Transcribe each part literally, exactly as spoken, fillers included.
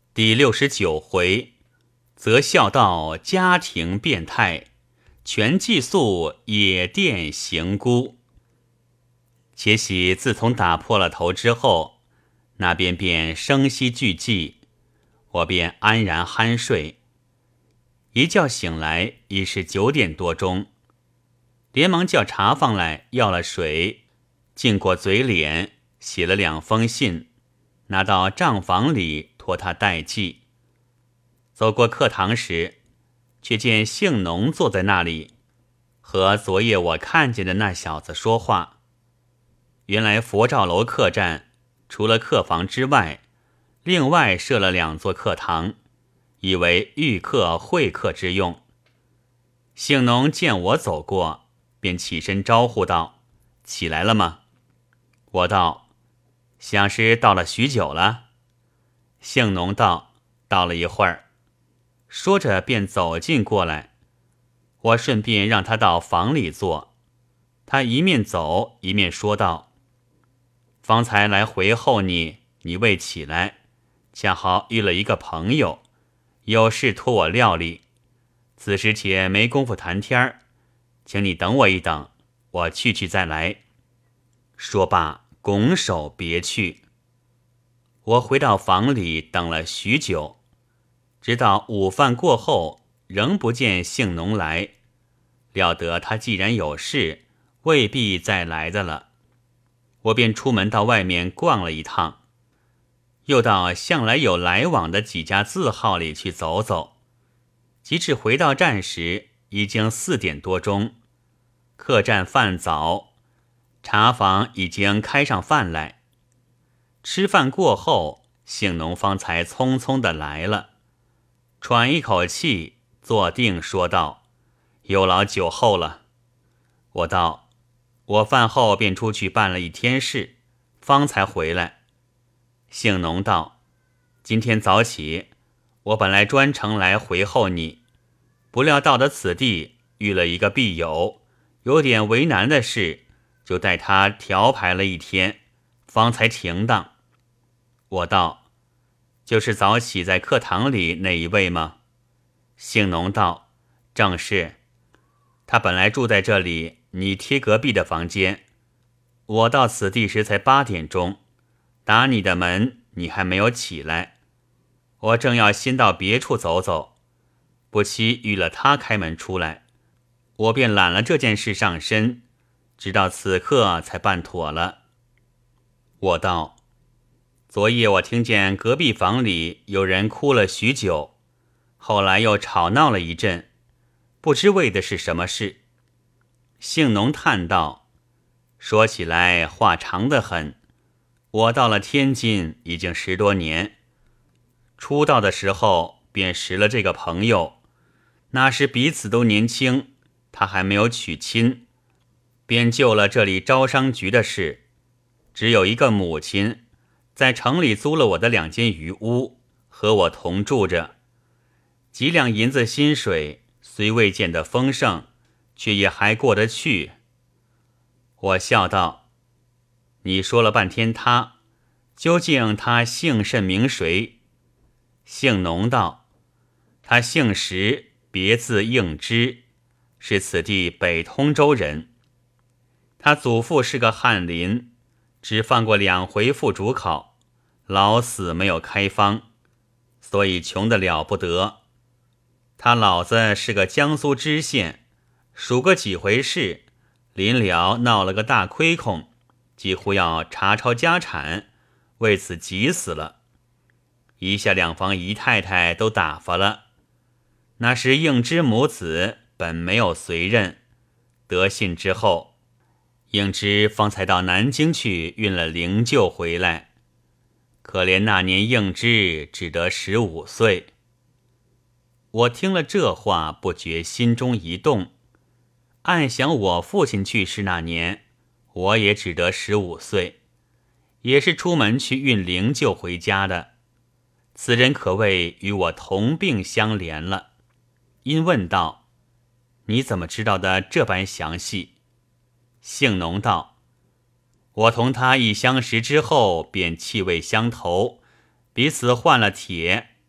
第六十九回，择孝道家庭变态，全寄宿野店行孤。且喜自从打破了头之后，那边便声息俱寂，我便安然酣睡。一觉醒来已是九点多钟，连忙叫茶房来要了水，净过嘴脸，写了两封信，拿到账房里托他代记。走过课堂时，却见姓农坐在那里，和昨夜我看见的那小子说话。原来佛照楼客栈除了客房之外，另外设了两座课堂，以为预客会客之用。姓农见我走过，便起身招呼道：起来了吗？我道：想是到了许久了。姓农道：到了一会儿。说着便走进过来，我顺便让他到房里坐。他一面走一面说道：方才来回候你，你未起来，恰好遇了一个朋友，有事托我料理，此时且没工夫谈天儿，请你等我一等，我去去再来。说罢拱手别去。我回到房里等了许久，直到午饭过后，仍不见姓农来，料得他既然有事，未必再来的了。我便出门到外面逛了一趟，又到向来有来往的几家字号里去走走。及至回到站时，已经四点多钟，客栈饭早，茶房已经开上饭来。吃饭过后，姓农方才匆匆的来了，喘一口气，坐定说道：有劳久候了。我道：我饭后便出去办了一天事，方才回来。姓农道：今天早起，我本来专程来回候你，不料到了此地，遇了一个必友，有点为难的事，就带他调排了一天，方才停当。我道：就是早起在课堂里那一位吗？姓农道：正是。他本来住在这里，你贴隔壁的房间。我到此地时才八点钟，打你的门，你还没有起来。我正要先到别处走走，不期遇了他开门出来，我便揽了这件事上身，直到此刻才办妥了。我道：昨夜我听见隔壁房里有人哭了许久，后来又吵闹了一阵，不知为的是什么事。姓农叹道：说起来话长得很，我到了天津已经十多年，出道的时候便识了这个朋友，那时彼此都年轻，他还没有娶亲，便就了这里招商局的事。只有一个母亲在城里租了我的两间余屋，和我同住着。几两银子薪水虽未见得丰盛，却也还过得去。我笑道：你说了半天他，究竟他姓甚名谁？姓农道：他姓石，别字应之，是此地北通州人。他祖父是个翰林，只放过两回赴主考，老死没有开方，所以穷得了不得。他老子是个江苏知县，数个几回事，临了闹了个大亏空，几乎要查抄家产，为此急死了。一下两房姨太太都打发了。那时应之母子本没有随任，得信之后，应之方才到南京去运了灵柩回来。可怜那年应之只得十五岁。我听了这话，不觉心中一动，暗想我父亲去世那年，我也只得十五岁，也是出门去运灵柩回家的。此人可谓与我同病相怜了。因问道：你怎么知道的这般详细？姓农道：我同他一相识之后，便气味相投，彼此换了帖，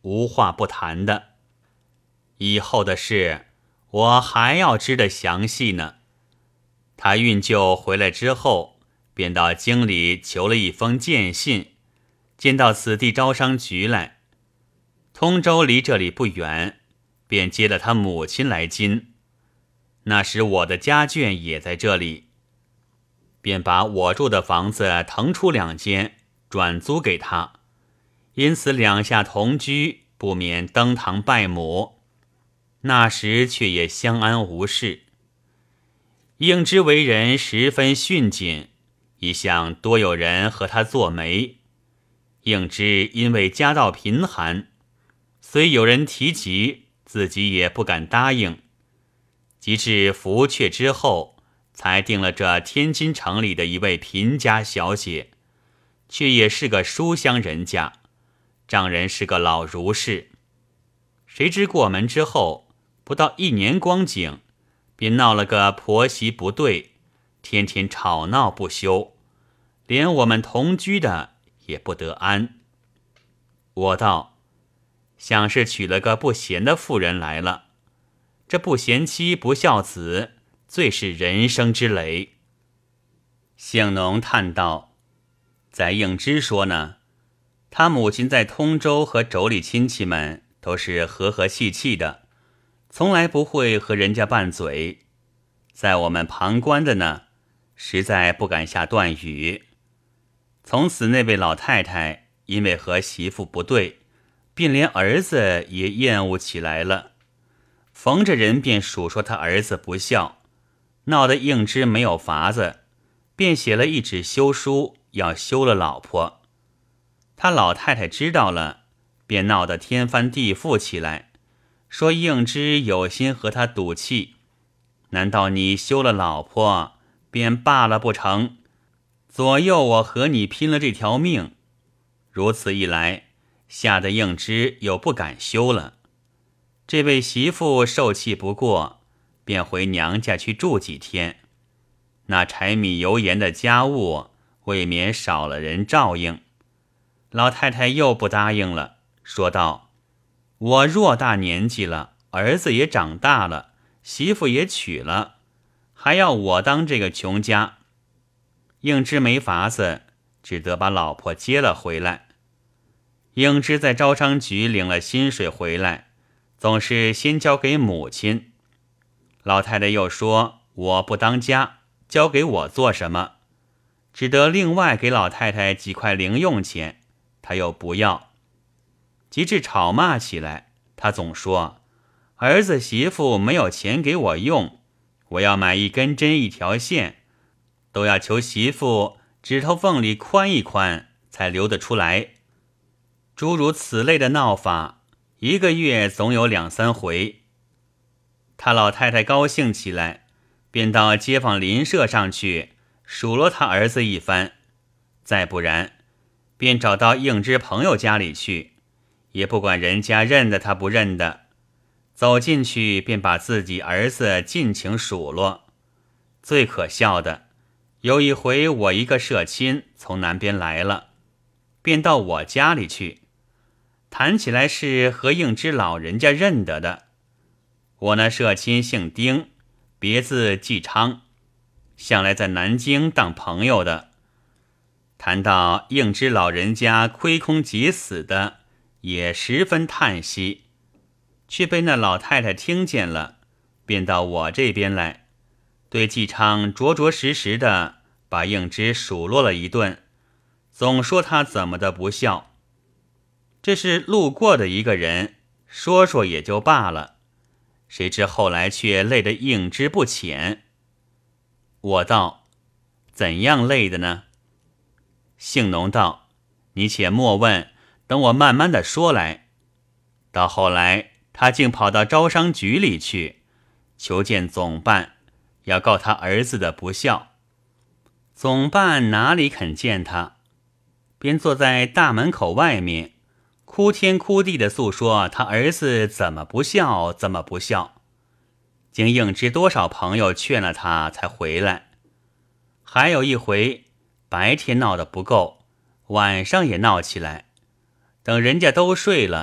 无话不谈的。以后的事我还要知得详细呢。他运就回来之后，便到京里求了一封荐信，见到此地招商局来。通州离这里不远，便接了他母亲来京。那时我的家眷也在这里，便把我住的房子腾出两间，转租给他。因此两下同居，不免登堂拜母。那时却也相安无事。应之为人十分逊谨，一向多有人和他做媒。应之因为家道贫寒，虽有人提及，自己也不敢答应。及至福阙之后，才定了这天津城里的一位贫家小姐，却也是个书香人家，丈人是个老儒士。谁知过门之后，不到一年光景，便闹了个婆媳不对，天天吵闹不休，连我们同居的也不得安。我道，想是娶了个不贤的妇人来了，这不贤妻不孝子，最是人生之雷。姓农叹道，在应之说呢，他母亲在通州和妯娌亲戚们都是和和气气的，从来不会和人家拌嘴。在我们旁观的呢，实在不敢下断语。从此那位老太太因为和媳妇不对，便连儿子也厌恶起来了。逢着人便数说他儿子不孝，闹得应之没有法子，便写了一纸休书，要休了老婆。他老太太知道了，便闹得天翻地覆起来，说应之有心和他赌气，难道你休了老婆便罢了不成？左右我和你拼了这条命。如此一来，吓得应之又不敢休了。这位媳妇受气不过，便回娘家去住几天。那柴米油盐的家务未免少了人照应。老太太又不答应了，说道，我偌大年纪了，儿子也长大了，媳妇也娶了，还要我当这个穷家。应之没法子，只得把老婆接了回来。应之在招商局领了薪水回来，总是先交给母亲。老太太又说我不当家，交给我做什么？只得另外给老太太几块零用钱，她又不要。及至吵骂起来，她总说儿子媳妇没有钱给我用，我要买一根针一条线，都要求媳妇指头缝里宽一宽才留得出来。诸如此类的闹法，一个月总有两三回。他老太太高兴起来，便到街坊邻舍上去数落他儿子一番，再不然便找到应之朋友家里去，也不管人家认得他不认得，走进去便把自己儿子尽情数落。最可笑的，有一回我一个社亲从南边来了，便到我家里去，谈起来是和应之老人家认得的。我那社亲姓丁，别字季昌，向来在南京当朋友的。谈到应之老人家亏空急死的，也十分叹息，却被那老太太听见了，便到我这边来，对季昌着着实实的把应之数落了一顿，总说他怎么的不孝。这是路过的一个人，说说也就罢了，谁知后来却累得应之不浅。我道，怎样累的呢？姓农道，你且莫问，等我慢慢的说来。到后来他竟跑到招商局里去，求见总办，要告他儿子的不孝。总办哪里肯见他，便坐在大门口外面，哭天哭地的诉说他儿子怎么不孝，怎么不孝。经应知多少朋友劝了他才回来。还有一回，白天闹得不够，晚上也闹起来。等人家都睡了，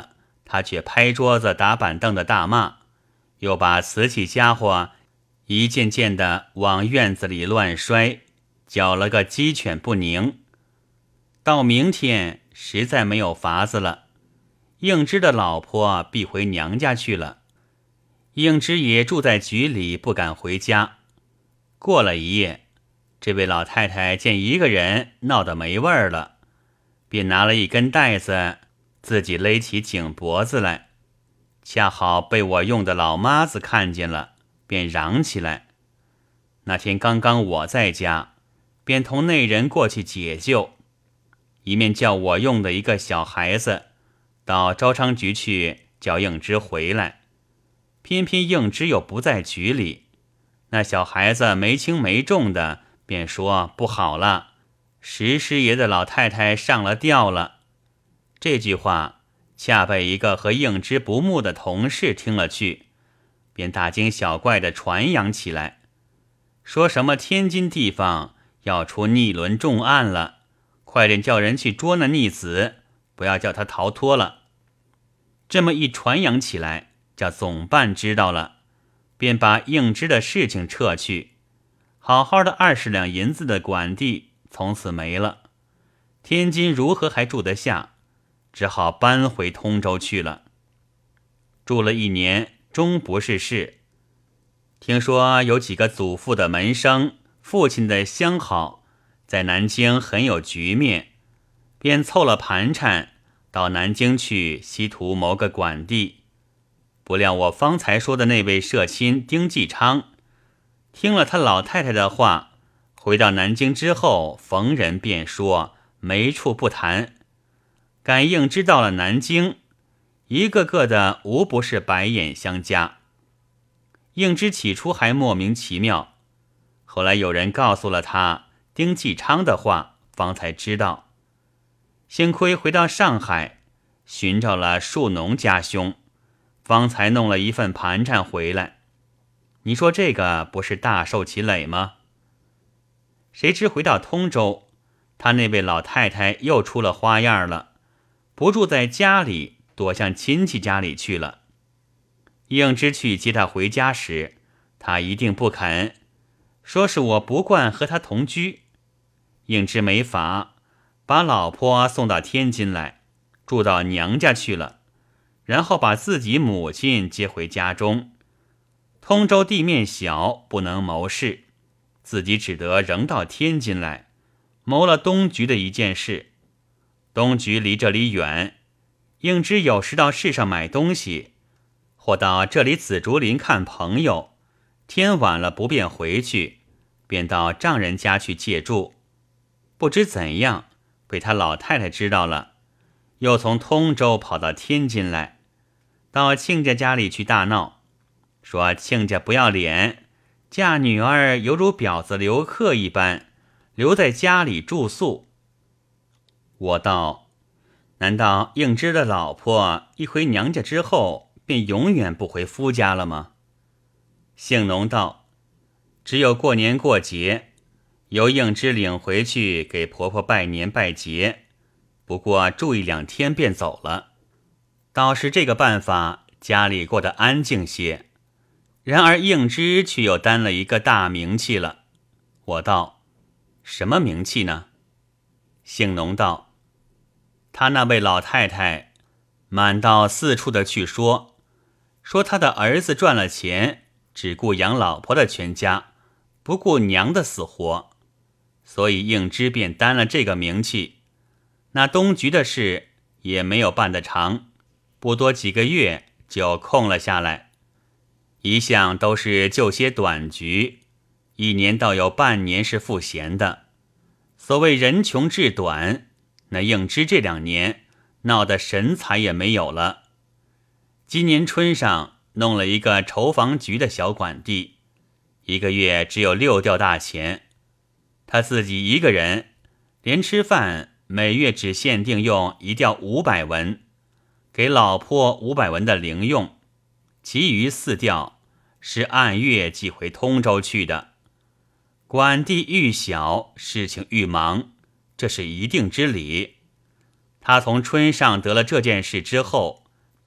他却拍桌子打板凳的大骂，又把瓷器家伙一件件的往院子里乱摔，搅了个鸡犬不宁。到明天实在没有法子了，应之的老婆必回娘家去了，应之也住在局里，不敢回家。过了一夜，这位老太太见一个人闹得没味儿了，便拿了一根带子自己勒起颈脖子来，恰好被我用的老妈子看见了，便嚷起来。那天刚刚我在家，便同那人过去解救，一面叫我用的一个小孩子到招商局去叫应之回来，偏偏应之又不在局里，那小孩子没轻没重的便说不好了，石师爷的老太太上了吊了。这句话恰被一个和应之不睦的同事听了去，便大惊小怪地传扬起来，说什么天津地方要出逆伦重案了，快点叫人去捉那逆子，不要叫他逃脱了。这么一传扬起来，叫总办知道了，便把应之的事情撤去，好好的二十两银子的管地从此没了。天津如何还住得下，只好搬回通州去了。住了一年，终不是事。听说有几个祖父的门生，父亲的相好，在南京很有局面，便凑了盘缠到南京去，希图谋个管地。不料我方才说的那位社亲丁继昌，听了他老太太的话，回到南京之后，逢人便说没处不谈。感应知到了南京，一个个的无不是白眼相加。应之起初还莫名其妙，后来有人告诉了他丁继昌的话，方才知道。幸亏回到上海，寻找了树农家兄，方才弄了一份盘缠回来。你说这个不是大受其累吗？谁知回到通州，他那位老太太又出了花样了，不住在家里，躲向亲戚家里去了。应之去接他回家时，他一定不肯，说是我不惯和他同居。应之没法，把老婆送到天津来，住到娘家去了，然后把自己母亲接回家中。通州地面小，不能谋事，自己只得仍到天津来，谋了东局的一件事。东局离这里远，应之有时到市上买东西，或到这里紫竹林看朋友，天晚了不便回去，便到丈人家去借住。不知怎样被他老太太知道了，又从通州跑到天津来，到亲家家里去大闹，说亲家不要脸，嫁女儿犹如婊子留客一般，留在家里住宿。我道，难道应之的老婆一回娘家之后，便永远不回夫家了吗？姓农道，只有过年过节，由应之领回去给婆婆拜年拜节，不过住一两天便走了。倒是这个办法，家里过得安静些。然而应之却又担了一个大名气了。我道，什么名气呢？姓农道，他那位老太太满到四处的去说，说他的儿子赚了钱，只顾养老婆的全家，不顾娘的死活，所以应之便担了这个名气。那东局的事也没有办得长，不多几个月就空了下来。一向都是就些短局，一年倒有半年是赋闲的。所谓人穷志短，那应之这两年闹得神采也没有了。今年春上弄了一个筹房局的小管地，一个月只有六吊大钱，他自己一个人连吃饭每月只限定用一吊五百文，给老婆五百文的零用，其余四吊是按月寄回通州去的。管地愈小，事情愈忙，这是一定之理。他从春上得了这件事之后，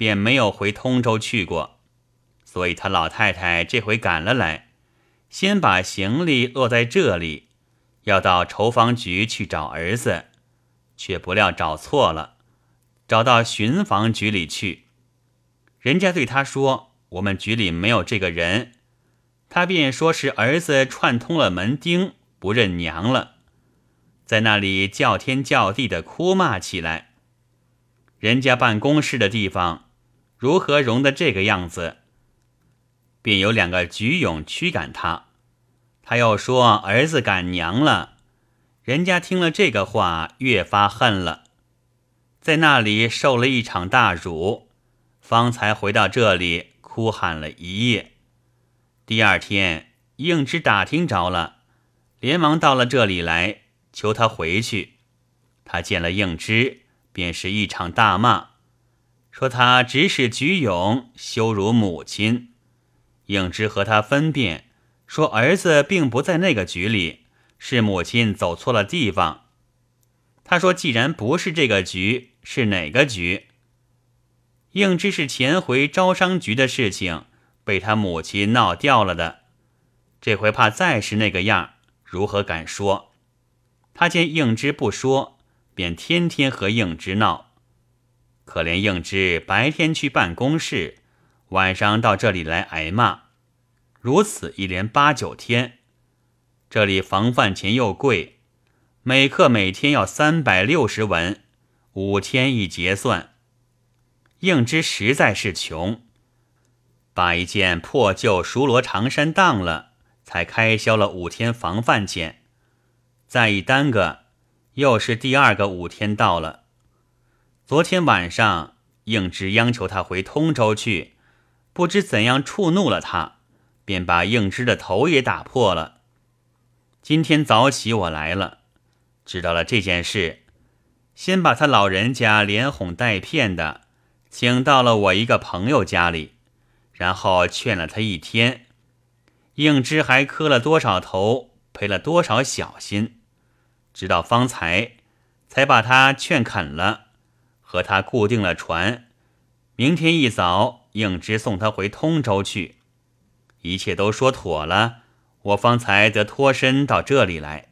便没有回通州去过，所以他老太太这回赶了来，先把行李落在这里，要到筹房局去找儿子，却不料找错了，找到巡防局里去。人家对他说，我们局里没有这个人，他便说是儿子串通了门钉，不认娘了，在那里叫天叫地的哭骂起来。人家办公室的地方如何容得这个样子？便有两个局勇驱赶他。他又说儿子赶娘了，人家听了这个话越发恨了，在那里受了一场大辱，方才回到这里哭喊了一夜。第二天应之打听着了，连忙到了这里来求他回去。他见了应之，便是一场大骂，说他指使局勇羞辱母亲。应之和他分辨，说儿子并不在那个局里，是母亲走错了地方。他说既然不是这个局，是哪个局？应之是前回招商局的事情被他母亲闹掉了的，这回怕再是那个样，如何敢说？他见应之不说，便天天和应之闹。可怜应之白天去办公室，晚上到这里来挨骂，如此一连八九天。这里房饭钱又贵，每客每天要三百六十文，五天一结算。应之实在是穷，把一件破旧熟罗长衫当了，才开销了五天房饭钱。再一耽搁，又是第二个五天到了。昨天晚上应之央求他回通州去，不知怎样触怒了他，便把应之的头也打破了。今天早起我来了，知道了这件事，先把他老人家连哄带骗的请到了我一个朋友家里，然后劝了他一天。应之还磕了多少头，赔了多少小心，直到方才才把他劝肯了，和他固定了船，明天一早应之送他回通州去。一切都说妥了，我方才得脱身到这里来。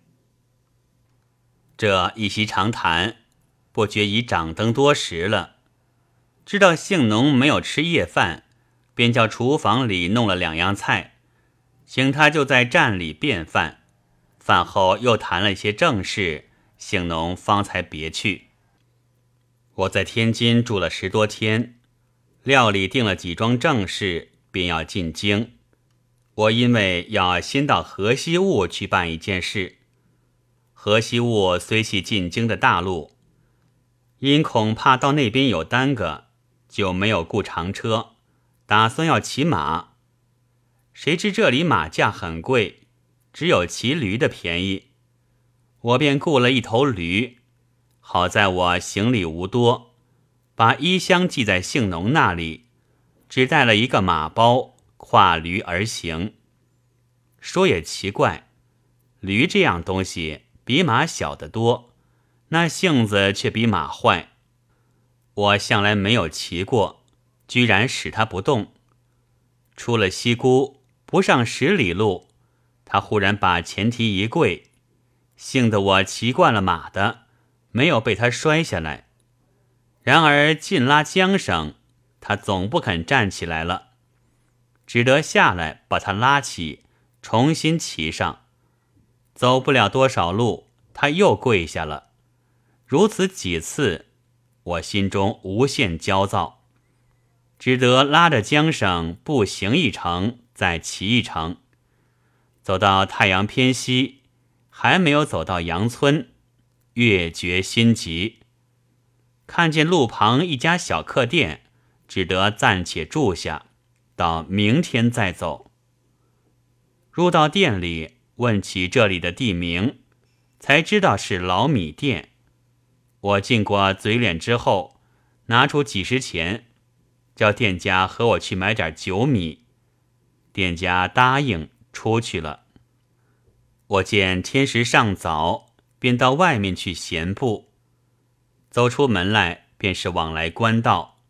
这一席长谈，不觉已掌灯多时了。知道姓农没有吃夜饭，便叫厨房里弄了两样菜，请他就在站里便饭。饭后又谈了一些正事，姓农方才别去。我在天津住了十多天，料理定了几桩正事，便要进京。我因为要先到河西务去办一件事，河西务虽系进京的大路，因恐怕到那边有耽搁，就没有雇长车，打算要骑马。谁知这里马价很贵，只有骑驴的便宜，我便雇了一头驴。好在我行李无多，把衣箱系在姓农那里，只带了一个马包，跨驴而行。说也奇怪，驴这样东西比马小得多，那性子却比马坏。我向来没有骑过，居然使它不动。出了西沽，不上十里路，他忽然把前蹄一跪，幸得我骑惯了马的，没有被他摔下来。然而进拉缰绳，他总不肯站起来了，只得下来把他拉起，重新骑上。走不了多少路，他又跪下了。如此几次，我心中无限焦躁，只得拉着缰绳步行一程，再骑一程。走到太阳偏西，还没有走到杨村，越觉心急。看见路旁一家小客店，只得暂且住下，到明天再走。入到店里，问起这里的地名，才知道是老米店。我进过嘴脸之后，拿出几十钱，叫店家和我去买点酒米。店家答应出去了。我见天时尚早，便到外面去闲步。走出门来，便是往来官道，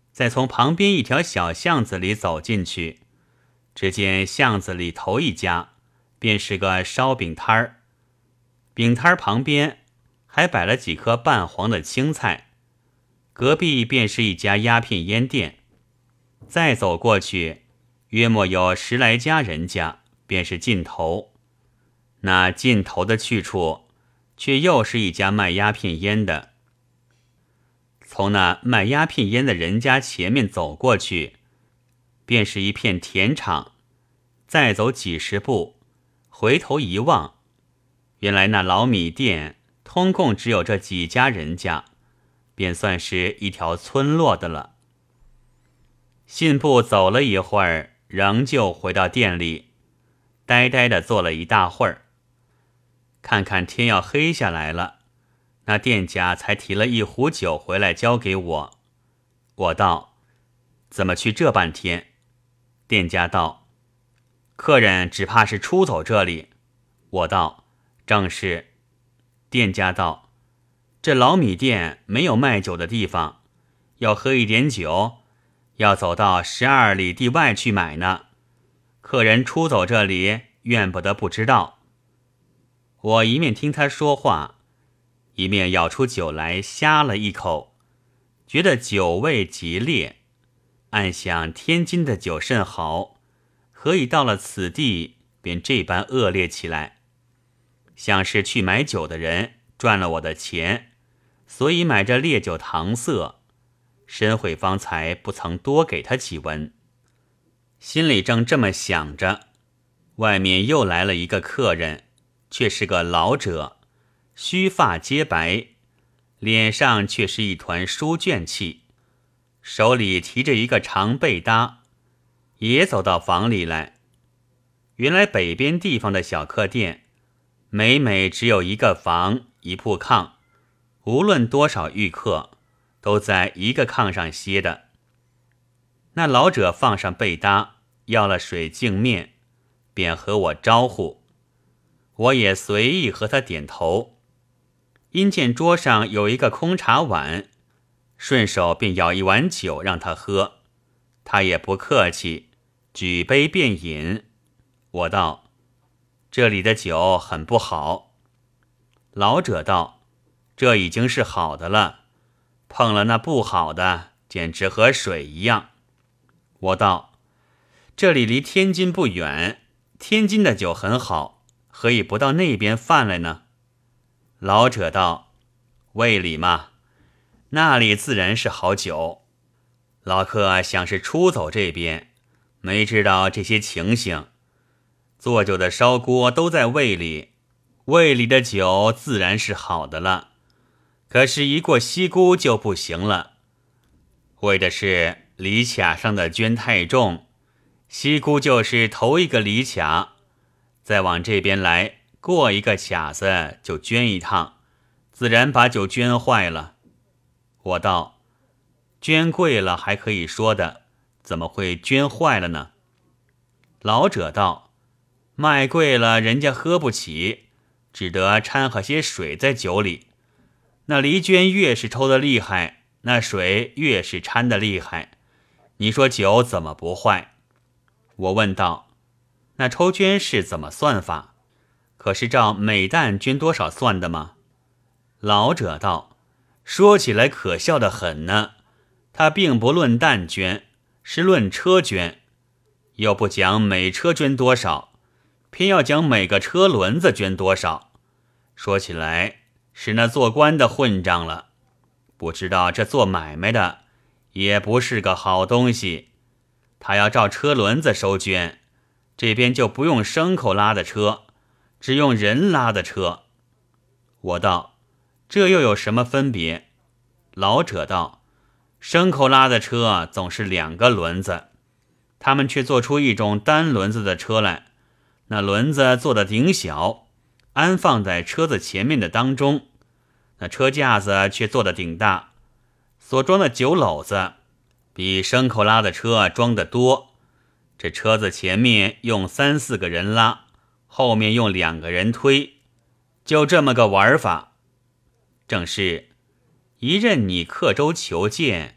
再从旁边一条小巷子里走进去，只见巷子里头一家便是个烧饼摊儿，饼摊儿旁边还摆了几颗半黄的青菜，隔壁便是一家鸦片烟店。再走过去，约莫有十来家人家，便是尽头。那尽头的去处，却又是一家卖鸦片烟的。从那卖鸦片烟的人家前面走过去，便是一片田场。再走几十步，回头一望，原来那老米店通共只有这几家人家，便算是一条村落的了。信步走了一会儿，仍旧回到店里，呆呆地坐了一大会儿。看看天要黑下来了，那店家才提了一壶酒回来交给我。我道：怎么去这半天？店家道：客人只怕是出走这里。我道：正是。店家道：这老米店没有卖酒的地方，要喝一点酒，要走到十二里地外去买呢。客人出走这里，怨不得不知道。我一面听他说话，一面舀出酒来呷了一口，觉得酒味极烈，暗想天津的酒甚好，何以到了此地便这般恶劣起来？像是去买酒的人赚了我的钱，所以买这烈酒搪塞，申悔方才不曾多给他几文。心里正这么想着，外面又来了一个客人，却是个老者，须发皆白，脸上却是一团书卷气，手里提着一个长被搭，也走到房里来。原来北边地方的小客店，每每只有一个房一铺炕，无论多少御客，都在一个炕上歇的。那老者放上被搭，要了水净面，便和我招呼，我也随意和他点头。因见桌上有一个空茶碗，顺手便舀一碗酒让他喝，他也不客气，举杯便饮。我道：这里的酒很不好。老者道：这已经是好的了，碰了那不好的，简直和水一样。我道：这里离天津不远，天津的酒很好，何以不到那边贩来呢？老者道：胃里嘛，那里自然是好酒。老客想是出走这边，没知道这些情形。做酒的烧锅都在胃里，胃里的酒自然是好的了，可是一过西沽就不行了。为的是里卡上的绢太重，西沽就是头一个里卡，再往这边来过一个卡子就绢一趟，自然把酒绢坏了。我道：绢贵了还可以说的，怎么会绢坏了呢？老者道：卖贵了人家喝不起，只得掺和些水在酒里，那梨绢越是抽得厉害，那水越是掺得厉害，你说酒怎么不坏？我问道：那抽绢是怎么算法？可是照每担绢多少算的吗？老者道：说起来可笑得很呢，他并不论担绢，是论车绢，又不讲每车绢多少，偏要讲每个车轮子绢多少。说起来是那做官的混账了，不知道这做买卖的也不是个好东西。他要照车轮子收绢，这边就不用牲口拉的车，只用人拉的车。我道：这又有什么分别？老者道：牲口拉的车总是两个轮子，他们却做出一种单轮子的车来，那轮子做的顶小，安放在车子前面的当中，那车架子却做的顶大，所装的酒篓子比牲口拉的车装得多。这车子前面用三四个人拉，后面用两个人推，就这么个玩法。正是一任你刻舟求剑，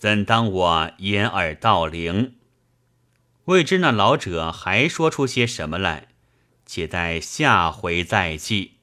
怎当我掩耳盗铃？未知那老者还说出些什么来，且待下回再记。